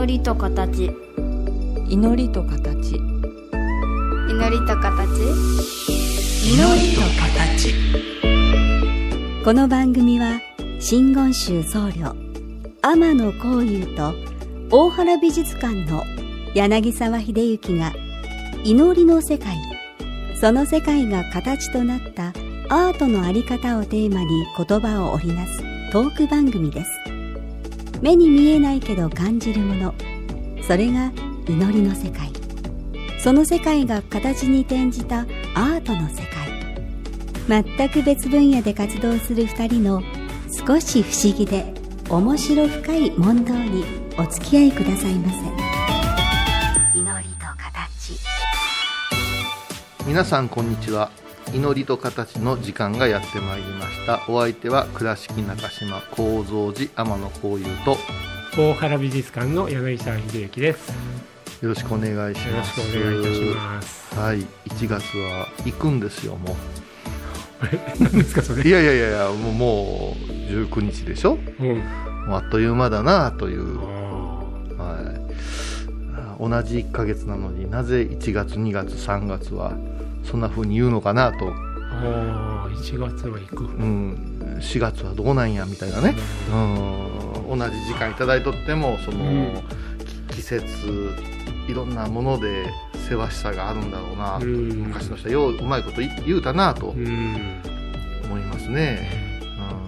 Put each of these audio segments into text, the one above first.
祈りと形、 祈りと形、 祈りと形、 祈りと形。 この番組は真言宗僧侶天野幸雄と大原美術館の柳沢秀行が祈りの世界、その世界が形となったアートのあり方をテーマに言葉を織りなすトーク番組です。目に見えないけど感じるもの、それが祈りの世界。その世界が形に転じたアートの世界。全く別分野で活動する二人の少し不思議で面白深い問答にお付き合いくださいませ。祈りと形。 皆さんこんにちは。祈りと形の時間がやってまいりました。お相手は倉敷中島・高蔵寺天野幸雄と大原美術館の柳沢秀行です。 よろしくお願いします。 よろしくお願いいたします。 はい、1月は行くんですよ。もう何ですかそれ。 いやもう19日でしょ、もうあっという間だなという、はい、同じ1ヶ月なのになぜ1月2月3月はそんな風に言うのかなと。 1月は行く、 4月はどうなんやみたいなね、同じ時間いただいとってもその、季節いろんなものでせわしさがあるんだろうなと、昔の人はよううまいこと言うたなと思いますね。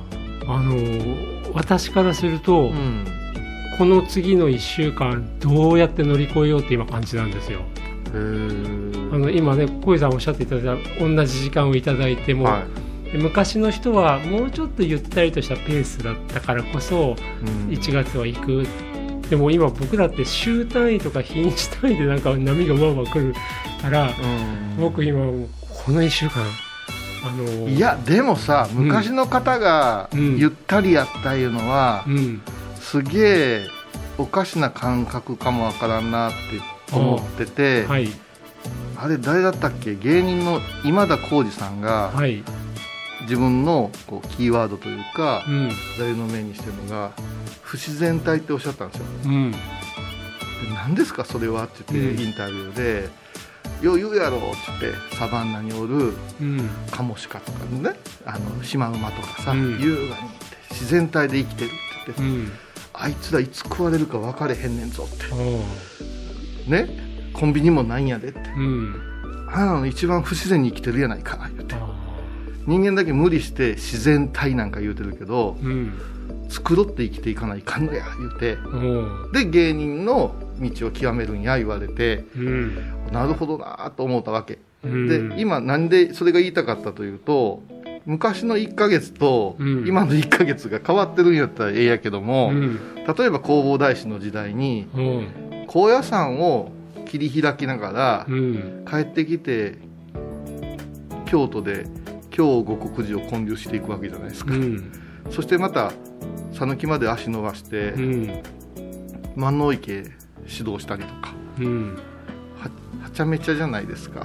私からすると、この次の1週間どうやって乗り越えようって今感じなんですよ。今ね小井さんおっしゃっていただいた同じ時間をいただいても、昔の人はもうちょっとゆったりとしたペースだったからこそ、1月は行く。でも今僕らって週単位とか日にち単位でなんか波がわわ来るから、僕今この1週間いやでもさ、昔の方がゆったりやったいうのは、すげえおかしな感覚かもわからんなって思ってて、あれ誰だったっけ、芸人の今田耕司さんが、自分のこうキーワードというか、座右の銘にしてるのが不自然体っておっしゃったんですよ。で何ですかそれはって言って、インタビューでよう言うやろって言ってサバンナにおるカモシカとかね、シマウマとかさ、優雅に自然体で生きてるって言って、あいつらいつ食われるか分かれへんねんぞってね、コンビニもないんやでって、一番不自然に生きてるやないか言って、人間だけ無理して自然体なんか言うてるけど、繕って生きていかないかんのや言うて、で芸人の道を極めるんや言われて、なるほどなと思ったわけ、で今なんでそれが言いたかったというと、昔の1ヶ月と今の1ヶ月が変わってるんやったらええやけども、例えば弘法大師の時代に高野山を切り開きながら帰ってきて京都で京護国寺を建立していくわけじゃないですか、そしてまた讃岐まで足伸ばして、万能池指導したりとか、はちゃめちゃじゃないですか。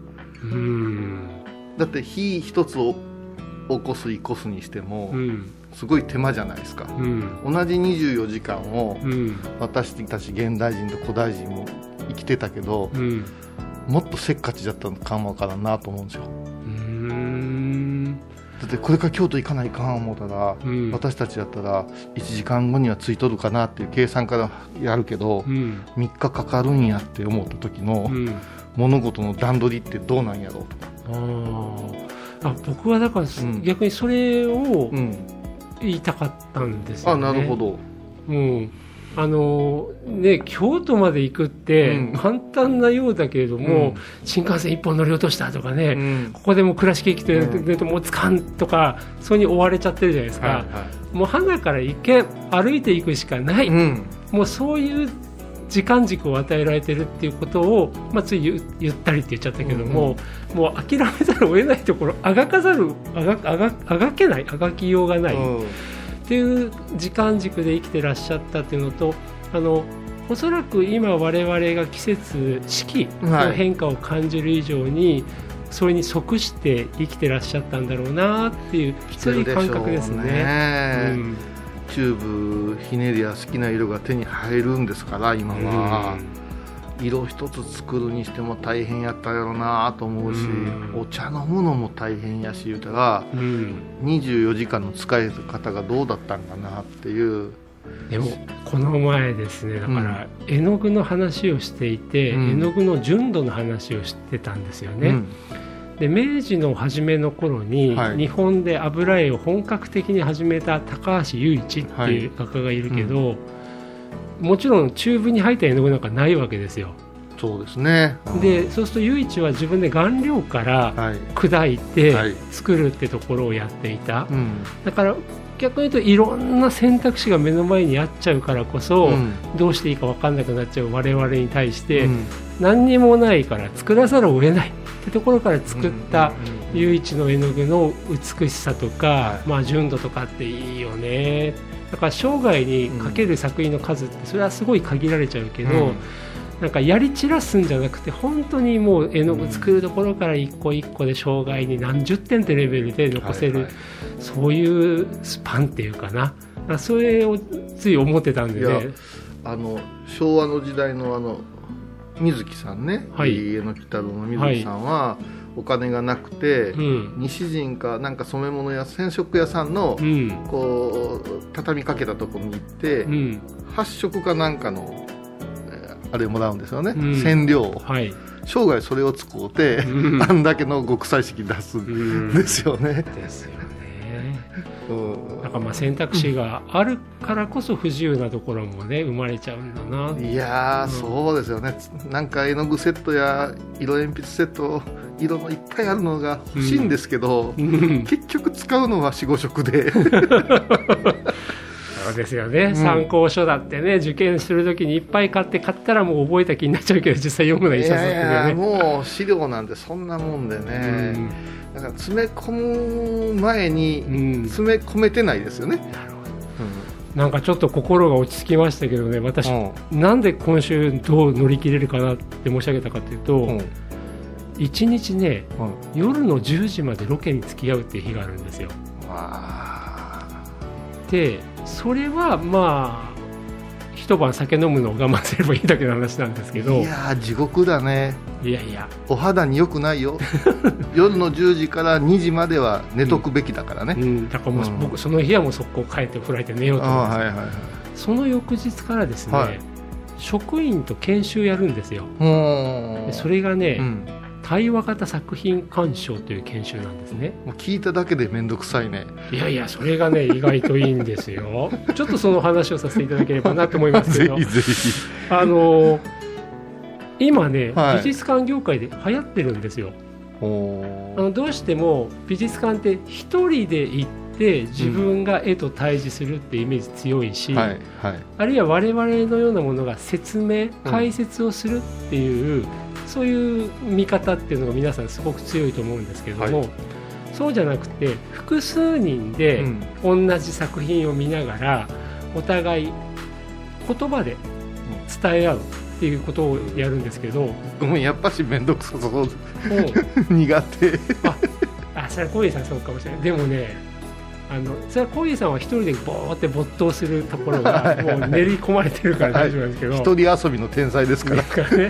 だって火一つを起こす生こすにしても、すごい手間じゃないですか、同じ24時間を、私たち現代人と古代人も生きてたけど、もっとせっかちだったのかもわからんなと思うんですよ。だってこれから京都行かないかん思ったら、私たちだったら1時間後には着いとるかなっていう計算からやるけど、3日かかるんやって思った時の、物事の段取りってどうなんやろうとか。 僕はだから、逆にそれを言いたかったんですよね。 なるほど。 京都まで行くって簡単なようだけれども、新幹線1本乗り落としたとかね、ここでも倉敷駅というともうつかんとか、それに追われちゃってるじゃないですか、もう花から一見歩いていくしかない、もうそういう時間軸を与えられてるっていうことを、ついゆったりって言っちゃったけども、もう諦めざるを得ないところ、あがきようがない、っていう時間軸で生きてらっしゃったっていうのと、おそらく今我々が季節四季の変化を感じる以上に、それに即して生きてらっしゃったんだろうなっていう、そういう感覚ですね。 チューブひねりや好きな色が手に入るんですから今は、色一つ作るにしても大変やったやろなと思うし、お茶飲むのも大変やし言うたら、24時間の使い方がどうだったんかなっていう。 でもこの前ですね、だから絵の具の話をしていて、絵の具の純度の話をしてたんですよね、で明治の初めの頃に、日本で油絵を本格的に始めた高橋由一っていう画家がいるけど、もちろんチューブに入った絵の具なんかないわけですよ。 そうですね。 でそうすると由一は自分で顔料から砕いて作るってところをやっていた、だから逆に言うといろんな選択肢が目の前にあっちゃうからこそ、どうしていいか分かんなくなっちゃう我々に対して、何にもないから作らざるを得ないってところから作った由一の絵の具の美しさとか、純度とかっていいよね。だから生涯に描ける作品の数ってそれはすごい限られちゃうけど、なんかやり散らすんじゃなくて本当にもう絵の具作るところから一個一個で生涯に何十点ってレベルで残せる、そういうスパンっていうかな、それをつい思ってたんでね。 昭和の時代の水木さんね、家の鬼太郎の水木さんは、お金がなくて、西陣かなんか染め物屋染色屋さんの、こう畳みかけたところに行って、発色かなんかのあれもらうんですよね、染料を、生涯それを使うて、あんだけの極彩色出すんですよね。 ですよね。だから選択肢があるからこそ不自由なところもね生まれちゃうんだな。 いやそうですよね。なんか絵の具セットや色鉛筆セット色のいっぱいあるのが欲しいんですけど、結局使うのは 4,5 色でそうですよね、参考書だってね受験するときにいっぱい買ったらもう覚えた気になっちゃうけど実際読むのは一冊だったけどね。 もう資料なんてそんなもんでね、だから詰め込む前に詰め込めてないですよね。 なるほど、なんかちょっと心が落ち着きましたけどね。私、なんで今週どう乗り切れるかなって申し上げたかというと、1日ね、夜の10時までロケに付き合うっていう日があるんですよ。でそれは一晩酒飲むのを我慢すればいいだけの話なんですけど、 いや地獄だね。 いやいやお肌に良くないよ夜の10時から2時までは寝とくべきだからね、 だからもう、僕その日はもう速攻帰ってフライト寝ようと思うんです、その翌日からですね、職員と研修やるんですよ。でそれがね、対話型作品鑑賞という研修なんですね。 もう聞いただけでめんどくさいね。 いやいやそれがね意外といいんですよちょっとその話をさせていただければなと思いますけどぜひぜひ今ね、美術館業界で流行ってるんですよ。どうしても美術館って一人で行って自分が絵と対峙するってイメージ強いし、あるいは我々のようなものが説明解説をするっていう、そういう見方っていうのが皆さんすごく強いと思うんですけども、そうじゃなくて複数人で同じ作品を見ながらお互い言葉で伝え合うっていうことをやるんですけど、 やっぱし面倒くさそう苦手それは小井さんそうかもしれない。でもねそれは小井さんは一人でボーって没頭するところがもう練り込まれてるから大丈夫なんですけど、 一人遊びの天才ですからね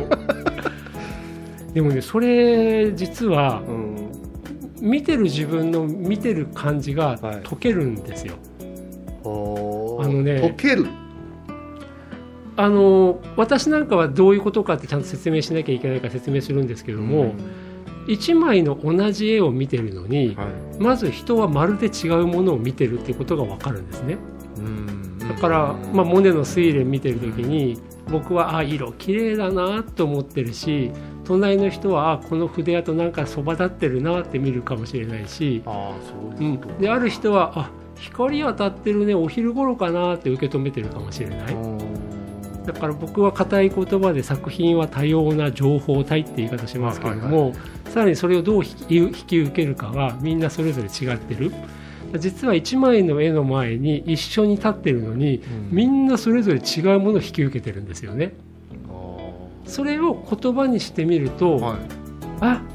でもねそれ実は、見てる自分の見てる感じが解けるんですよ。 解ける。 私なんかはどういうことかってちゃんと説明しなきゃいけないから説明するんですけども、1枚の同じ絵を見てるのに、まず人はまるで違うものを見てるっていうことが分かるんですね。だから、モネの睡蓮見てる時に僕は色綺麗だなと思ってるし、隣の人はこの筆跡なんかそば立ってるなって見るかもしれないし、である人は光当たってるねお昼頃かなって受け止めてるかもしれない。だから僕は固い言葉で作品は多様な情報体って言い方しますけれども、さらにそれをどう引き受けるかはみんなそれぞれ違ってる。実は1枚の絵の前に一緒に立ってるのに、みんなそれぞれ違うものを引き受けてるんですよね。それを言葉にしてみると、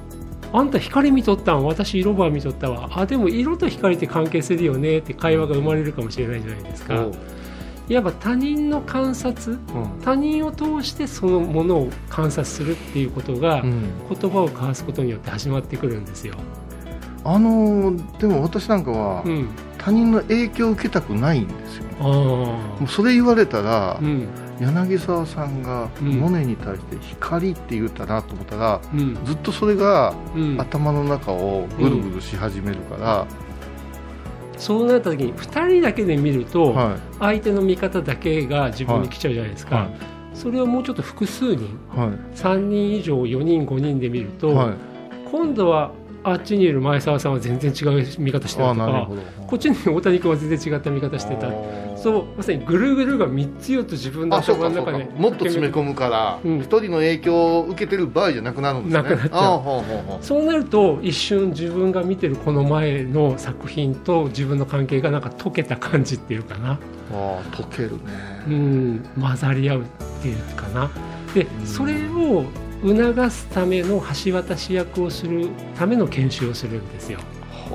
あんた光見とったん、私色バー見とったわ、あでも色と光って関係するよねって会話が生まれるかもしれないじゃないですか。いわば他人の観察、他人を通してそのものを観察するっていうことが、言葉を交わすことによって始まってくるんですよ。 でも私なんかは、他人の影響を受けたくないんですよ。もうそれ言われたら、柳沢さんがモネに対して光って言ったなと思ったら、ずっとそれが頭の中をぐるぐるし始めるから、 そうなった時に2人だけで見ると、相手の見方だけが自分に来ちゃうじゃないですか、それをもうちょっと複数人、3人以上4人5人で見ると、今度はあっちにいる前澤さんは全然違う見方してたとか、こっちにいる大谷君は全然違った見方してた、そうまさにぐるぐるが3つ4つ自分の頭の中でもっと詰め込むから一人の影響を受けてる場合じゃなくなるんですね。 なくなっちゃう。そうなると一瞬自分が見てるこの前の作品と自分の関係がなんか溶けた感じっていうかな、 溶けるね、 混ざり合うっていうかな。でそれを促すための橋渡し役をするための研修をするんですよ。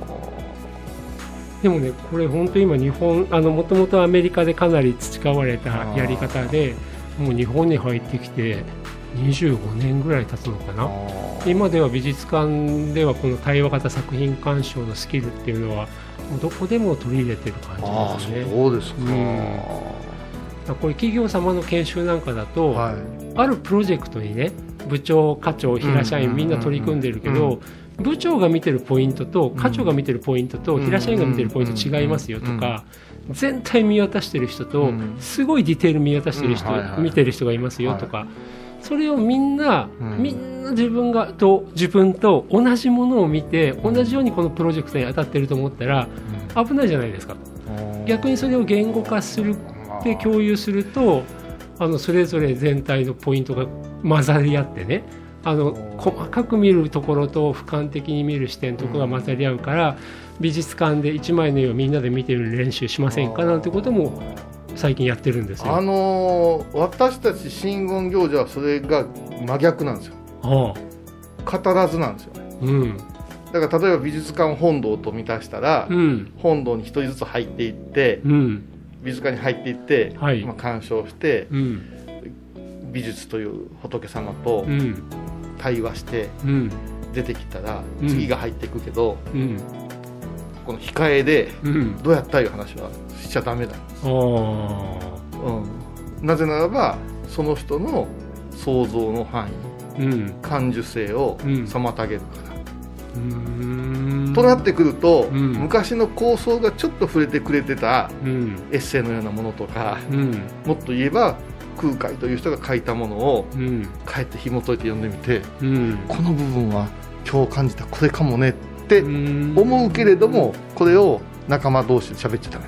でもねこれ本当今日本もともとアメリカでかなり培われたやり方で、もう日本に入ってきて25年ぐらい経つのかな。今では美術館ではこの対話型作品鑑賞のスキルっていうのはもうどこでも取り入れてる感じですね。 そうですか、 これ企業様の研修なんかだと、あるプロジェクトにね部長課長平社員みんな取り組んでるけど、部長が見てるポイントと課長が見てるポイントと平社員が見てるポイント違いますよとか、全体見渡してる人とすごいディテール見渡してる人、見てる人がいますよとか、それをみんな自分と同じものを見て同じようにこのプロジェクトに当たってると思ったら危ないじゃないですか。逆にそれを言語化するって共有するとそれぞれ全体のポイントが混ざり合ってね、細かく見るところと俯瞰的に見る視点とかが混ざり合うから、美術館で1枚の絵をみんなで見てる練習しませんかなんてことも最近やってるんですよ。 私たち真言行者はそれが真逆なんですよ。語らずなんですよね、だから例えば美術館本堂と満たしたら、本堂に一人ずつ入っていって、美術館に入っていって、鑑賞して、美術という仏様と対話して、出てきたら次が入っていくけど、この控えでどうやったいう話はしちゃダメなんです、なぜならばその人の想像の範囲、感受性を妨げるから、となってくると、昔の構想がちょっと触れてくれてたエッセイのようなものとか、もっと言えば空海という人が書いたものを帰って紐解いて読んでみて、この部分は今日感じたこれかもねって思うけれども、これを仲間同士で喋っちゃダメ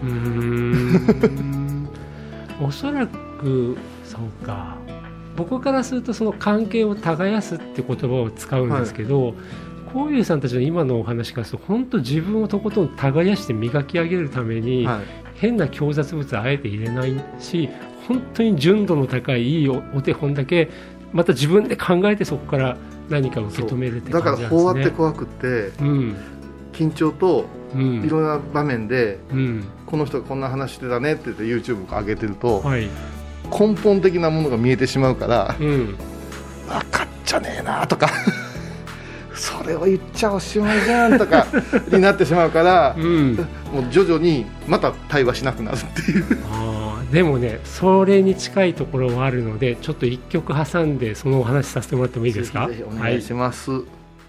なんです。 おそらくそうか、僕からするとその関係を耕すって言葉を使うんですけど、こういうさんたちの今のお話からすると本当自分をとことん耕して磨き上げるために、変な強雑物はあえて入れないし、本当に純度の高いいいお手本だけまた自分で考えてそこから何か受け止めるって感じなんですね。 だから法話って怖くって、緊張といろんな場面で、この人がこんな話してたねって言って YouTube 上げてると、根本的なものが見えてしまうから、分かっちゃねえなとかそれを言っちゃおしまいじゃんとかになってしまうから、もう徐々にまた対話しなくなるっていう。 でもね、それに近いところはあるので、ちょっと一曲挟んでそのお話させてもらってもいいですか。 ぜひお願いします、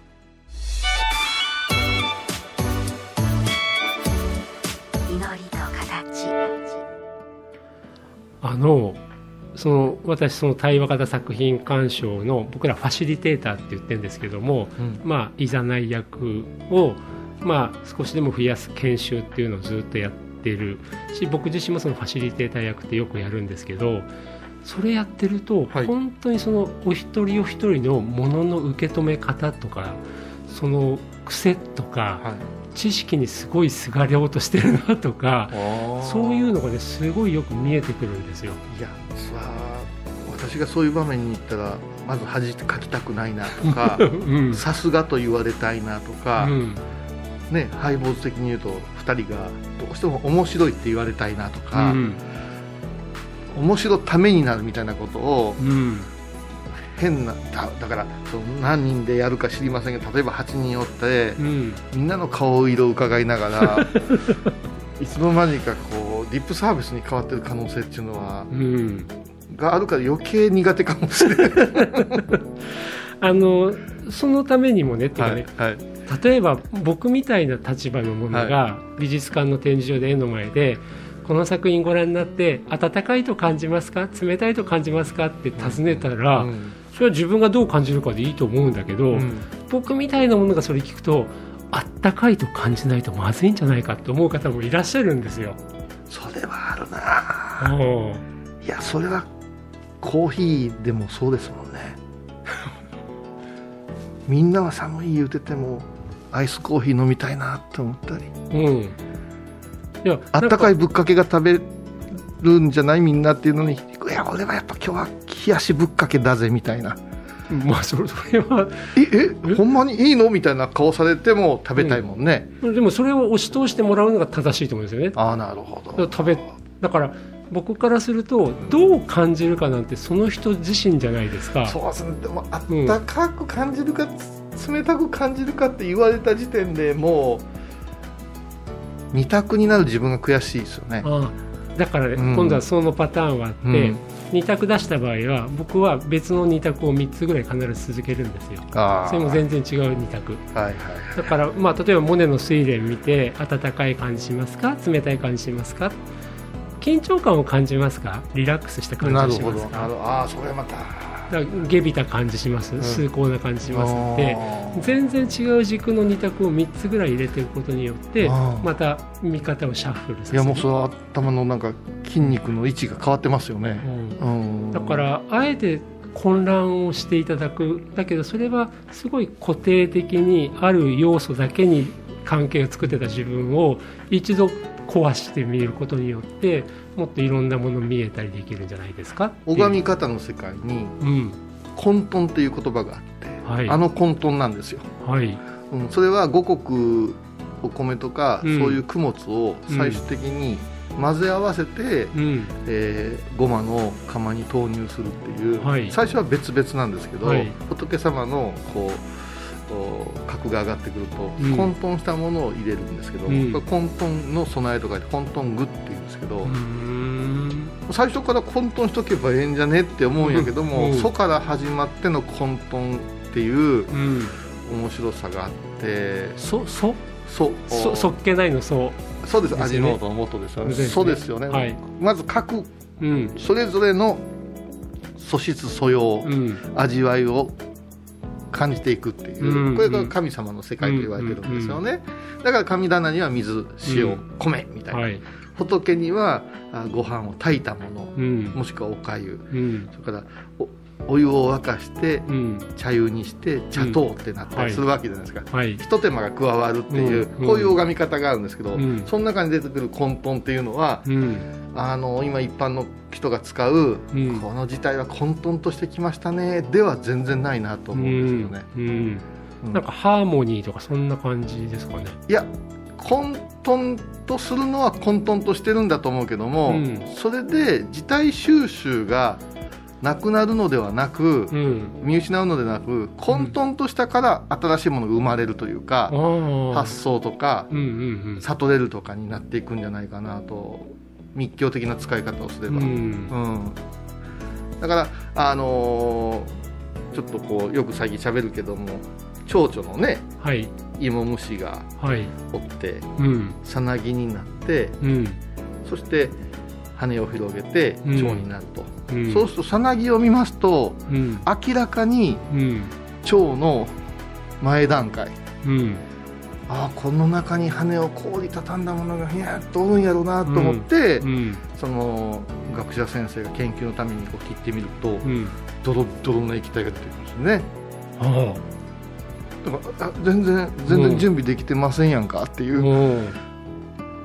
私その対話型作品鑑賞の僕らファシリテーターって言ってるんですけども、いざない役を、少しでも増やす研修っていうのをずっとやってるし、僕自身もそのファシリテーター役ってよくやるんですけど、それやってると、本当にそのお一人お一人のものの受け止め方とか、その癖とか、知識にすごいすがりようとしてるなとか、そういうのがねすごいよく見えてくるんですよ。 いや、私私がそういう場面に行ったらまず恥かきたくないなとかさすがと言われたいなとか、ね、ハイボーズ的に言うと2人がどうしても面白いって言われたいなとか、面白いためになるみたいなことを、変なだからその何人でやるか知りませんが、例えば8人おって、みんなの顔色を伺いながらいつの間にかこうリップサービスに変わってる可能性っていうのは、があるから余計苦手かもしれないそのためにもねっていうかね、例えば僕みたいな立場の者が美術館の展示場で絵の前でこの作品ご覧になって温かいと感じますか冷たいと感じますかって尋ねたら、それは自分がどう感じるかでいいと思うんだけど、僕みたいなものがそれ聞くとあったかいと感じないとまずいんじゃないかって思う方もいらっしゃるんですよ。 それはあるな。いやそれはコーヒーでもそうですもんねみんなは寒い言うててもアイスコーヒー飲みたいなって思ったり、いやあったかいぶっかけが食べるんじゃないみんなっていうのに、いや俺はやっぱ今日は冷やしぶっかけだぜみたいな、 まあそれはほんまにいいのみたいな顔されても食べたいもんね、 でもそれを押し通してもらうのが正しいと思うんですよね。 なるほど。 だから僕からするとどう感じるかなんてその人自身じゃないですか。 そうですね。でもあったかく感じるか、冷たく感じるかって言われた時点でもう二択になる自分が悔しいですよね。 だから、今度はそのパターンはあって、2択出した場合は僕は別の2択を3つぐらい必ず続けるんですよ。それも全然違う2択、だから、例えばモネの睡蓮見て温かい感じしますか冷たい感じしますか、緊張感を感じますかリラックスした感じしますか。 なるほど。それまた下びた感じします、崇高な感じしますって全然違う軸の2択を3つぐらい入れていくことによってまた見方をシャッフルさせる。 いやもうそれは頭のなんか筋肉の位置が変わってますよね、 だからあえて混乱をしていただく。だけどそれはすごい固定的にある要素だけに関係を作ってた自分を一度壊してみることによってもっといろんなもの見えたりできるんじゃないですか。 拝み方の世界に混沌っていう言葉があって、混沌なんですよ、それは五穀お米とか、そういう穀物を最終的に混ぜ合わせて、ごまの釜に投入するっていう、最初は別々なんですけど、仏様のこう格が上がってくると混沌したものを入れるんですけど、混沌の備えとかで混沌具っていうんですけど、最初から混沌しとけばええんじゃねって思うんやけども、祖から始まっての混沌っていう面白さがあって、そっけないのそうです、味の素の元ですよね。そうですよね、まず各、それぞれの素質素養、味わいを感じていくっていう、これが神様の世界と言われてるんですよね、だから神棚には水、塩、米みたいな、仏にはご飯を炊いたもの、もしくはおかゆ、それからお湯を沸かして茶湯にして茶糖ってなったりするわけじゃないですか、ひと手間が加わるっていう、こういう拝み方があるんですけど、その中に出てくる混沌っていうのは、今一般の人が使う、この事態は混沌としてきましたねでは全然ないなと思うんですよね、 なんかハーモニーとかそんな感じですかね。 いや混沌とするのは混沌としてるんだと思うけども、それで事態収集がなくなるのではなく、見失うのではなく、混沌としたから新しいものが生まれるというか、発想とか、悟れるとかになっていくんじゃないかなと、密教的な使い方をすれば、だからちょっとこうよく最近喋るけども、蝶々のね、芋虫がおって、さなぎになって、そして羽を広げて蝶になると、そうするとさなぎを見ますと、明らかに蝶の前段階、この中に羽をこう折りたたんだものがひやっとおるんやろうなと思って、その学者先生が研究のためにこう切ってみると、ドロドロな液体が出てくるんですよね。だから全然準備できてませんやんかっていう、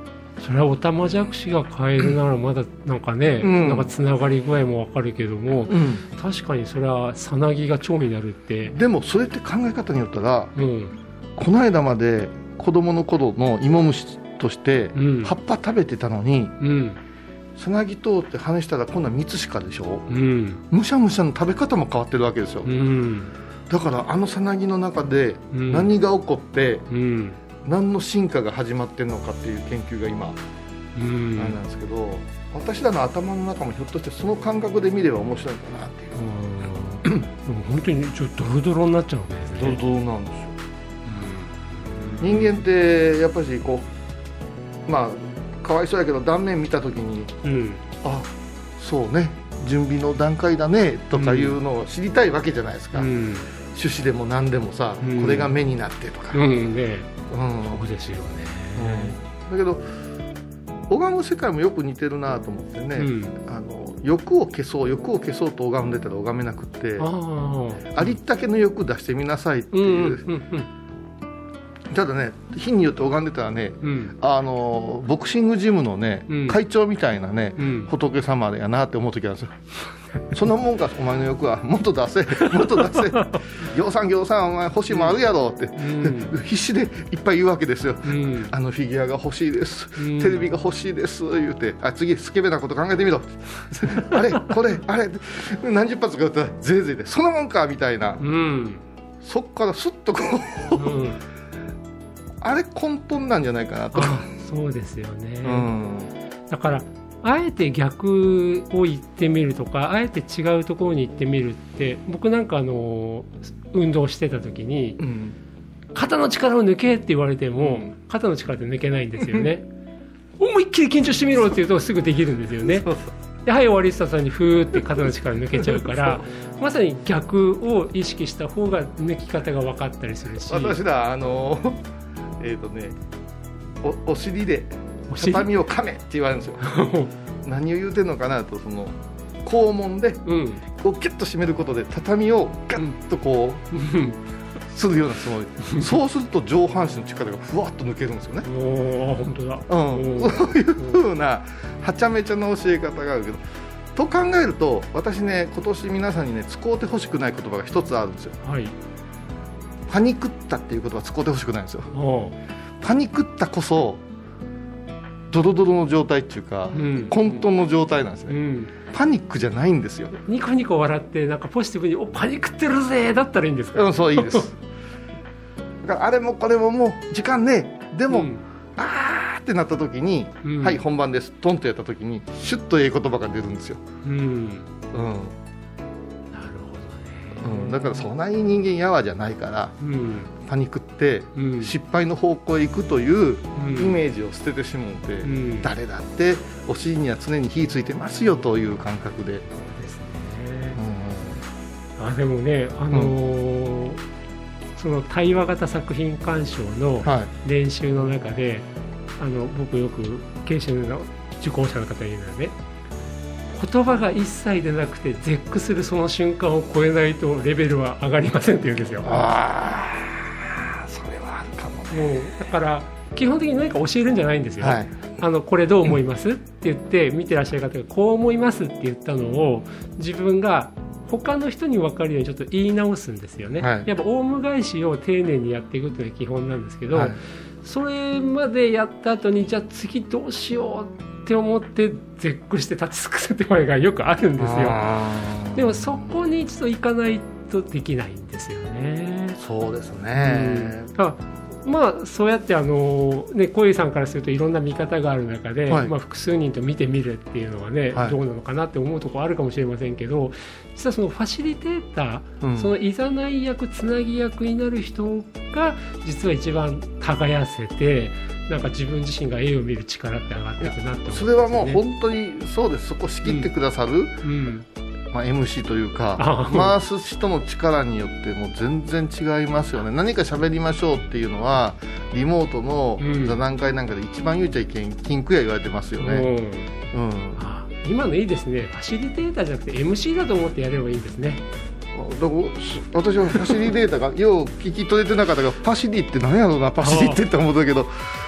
それはオタマジャクシがカエルならまだなんかね、なんかつながり具合もわかるけども、確かにそれはさなぎが蝶になるって。 でもそれって考え方によったら、この間まで子供の頃の芋虫として葉っぱ食べてたのに、さなぎ通って跳ねしたら今度はミツシカでしょ、むしゃむしゃの食べ方も変わってるわけですよ、だからあのさなぎの中で何が起こって、何の進化が始まってるのかっていう研究が今、あれなんですけど、私らの頭の中もひょっとしてその感覚で見れば面白いかなっていう。 でも本当にドロドロになっちゃうんですね。 ドロドロなんですよ、人間ってやっぱりこう、まあかわいそうやけど断面見た時に、あ、そうね、準備の段階だねとかいうのを知りたいわけじゃないですか、種子でも何でもさ、これが目になってとか、 そうですよね、 だけど拝む世界もよく似てるなと思ってね、欲を消そうと拝んでたら拝めなくって、ありったけの欲出してみなさいっていう、ただね、日によって拝んでたらね、ボクシングジムのね、会長みたいなね、仏様やなって思う時なんですよ。そんなもんかお前の欲は、もっと出せ行さんお前欲しいもんあるやろって、必死でいっぱい言うわけですよ、あのフィギュアが欲しいです、テレビが欲しいです言うて、次スケベなこと考えてみろあれこれあれ何十発か打ったらぜいぜいでそんなもんかみたいな、そっからスッとこう、あれ根本なんじゃないかなと。 そうですよね、だからあえて逆を言ってみるとか、あえて違うところに行ってみるって、僕なんか運動してた時に、肩の力を抜けって言われても、肩の力って抜けないんですよね思いっきり緊張してみろって言うとすぐできるんですよね。で、はい、終わりしたさんにふーって肩の力抜けちゃうからまさに逆を意識した方が抜き方が分かったりするし、 私だお尻で畳を噛めって言われるんですよ何を言うてんのかなと、その肛門でこうキュッと締めることで畳をガッとこう、するようなつもりそうすると上半身の力がふわっと抜けるんですよね。 本当だ、 そういう風なはちゃめちゃな教え方があるけど、と考えると私ね、今年皆さんにね使うてほしくない言葉が一つあるんですよ、パニクったっていう言葉使うてほしくないんですよ。パニクったこそドロドロの状態っていうか、混沌の状態なんですね、パニックじゃないんですよ。 ニコニコ笑ってなんかポジティブにパニクってるぜだったらいいんですか。 そういいですだからあれもこれももう時間ねえ、でも、あーってなった時に、はい本番ですトンとやった時にシュッといい言葉が出るんですよ。なるほどね、だからそんなに人間やわじゃないから、パニックって、失敗の方向へ行くというイメージを捨ててしまって、誰だってお尻には常に火ついてますよという感覚で。そうですね、でもね、その対話型作品鑑賞の練習の中で、僕よく研修の受講者の方に言うのはね、言葉が一切でなくて絶句するその瞬間を超えないとレベルは上がりませんって言うんですよ。 それはあるかもね。 だから基本的に何か教えるんじゃないんですよ、これどう思います、って言って見てらっしゃる方がこう思いますって言ったのを自分が他の人に分かるようにちょっと言い直すんですよね、やっぱオウム返しを丁寧にやっていくっていうのが基本なんですけど、それまでやった後にじゃあ次どうしようって思って絶句して立ち尽くすって場合がよくあるんですよ。でもそこに一度行かないとできないんですよね。 そうですね、 そうやって小井さんからするといろんな見方がある中で、複数人と見てみるっていうのはね、どうなのかなって思うところあるかもしれませんけど、実はそのファシリテーター、そのいざない役つなぎ役になる人が実は一番輝せて、なんか自分自身が絵を見る力って上がっていくなって思うんですよね。 それはもう本当にそうです。そこ仕切ってくださる、MC というか回す人の力によってもう全然違いますよね。何か喋りましょうっていうのはリモートの座談会なんかで一番言っちゃいけん禁句や言われてますよね。 今のいいですね。ファシリテーターじゃなくて MC だと思ってやればいいんですね。 だから私はファシリテーターがよう聞き取れてなかったが、パシリって何やろうな、パシリってって思ったけど、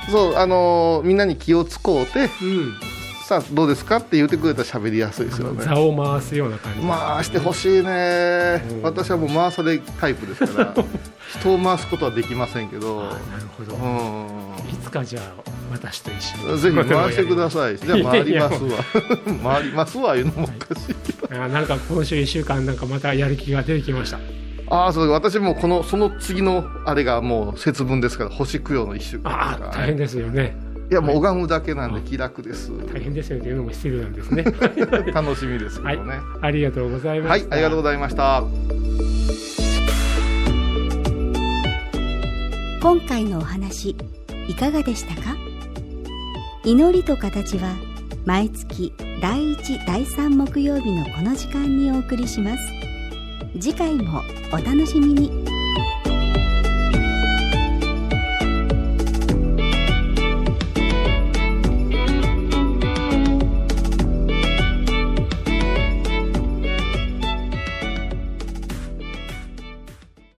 そうみんなに気を使うて、さあどうですかって言ってくれたら喋りやすいですよね。 座を回すような感じ、 回してほしいね、私はもう回されタイプですから人を回すことはできませんけど。 なるほど、いつかじゃあ私と一緒にぜひ回してください。じゃあ回りますわ回りますわいうのもおかしいけどなんか今週1週間なんかまたやる気が出てきました。 そう、私もその次のあれがもう節分ですから、星供養の1週間ですから。 大変ですよね。 いやもう拝むだけなんで気楽です。 大変ですよというのも失礼なんですね楽しみですけどね、 ありがとうございました。 ありがとうございました。 今回のお話いかがでしたか？祈りと形は毎月第1、第3木曜日のこの時間にお送りします。次回もお楽しみに。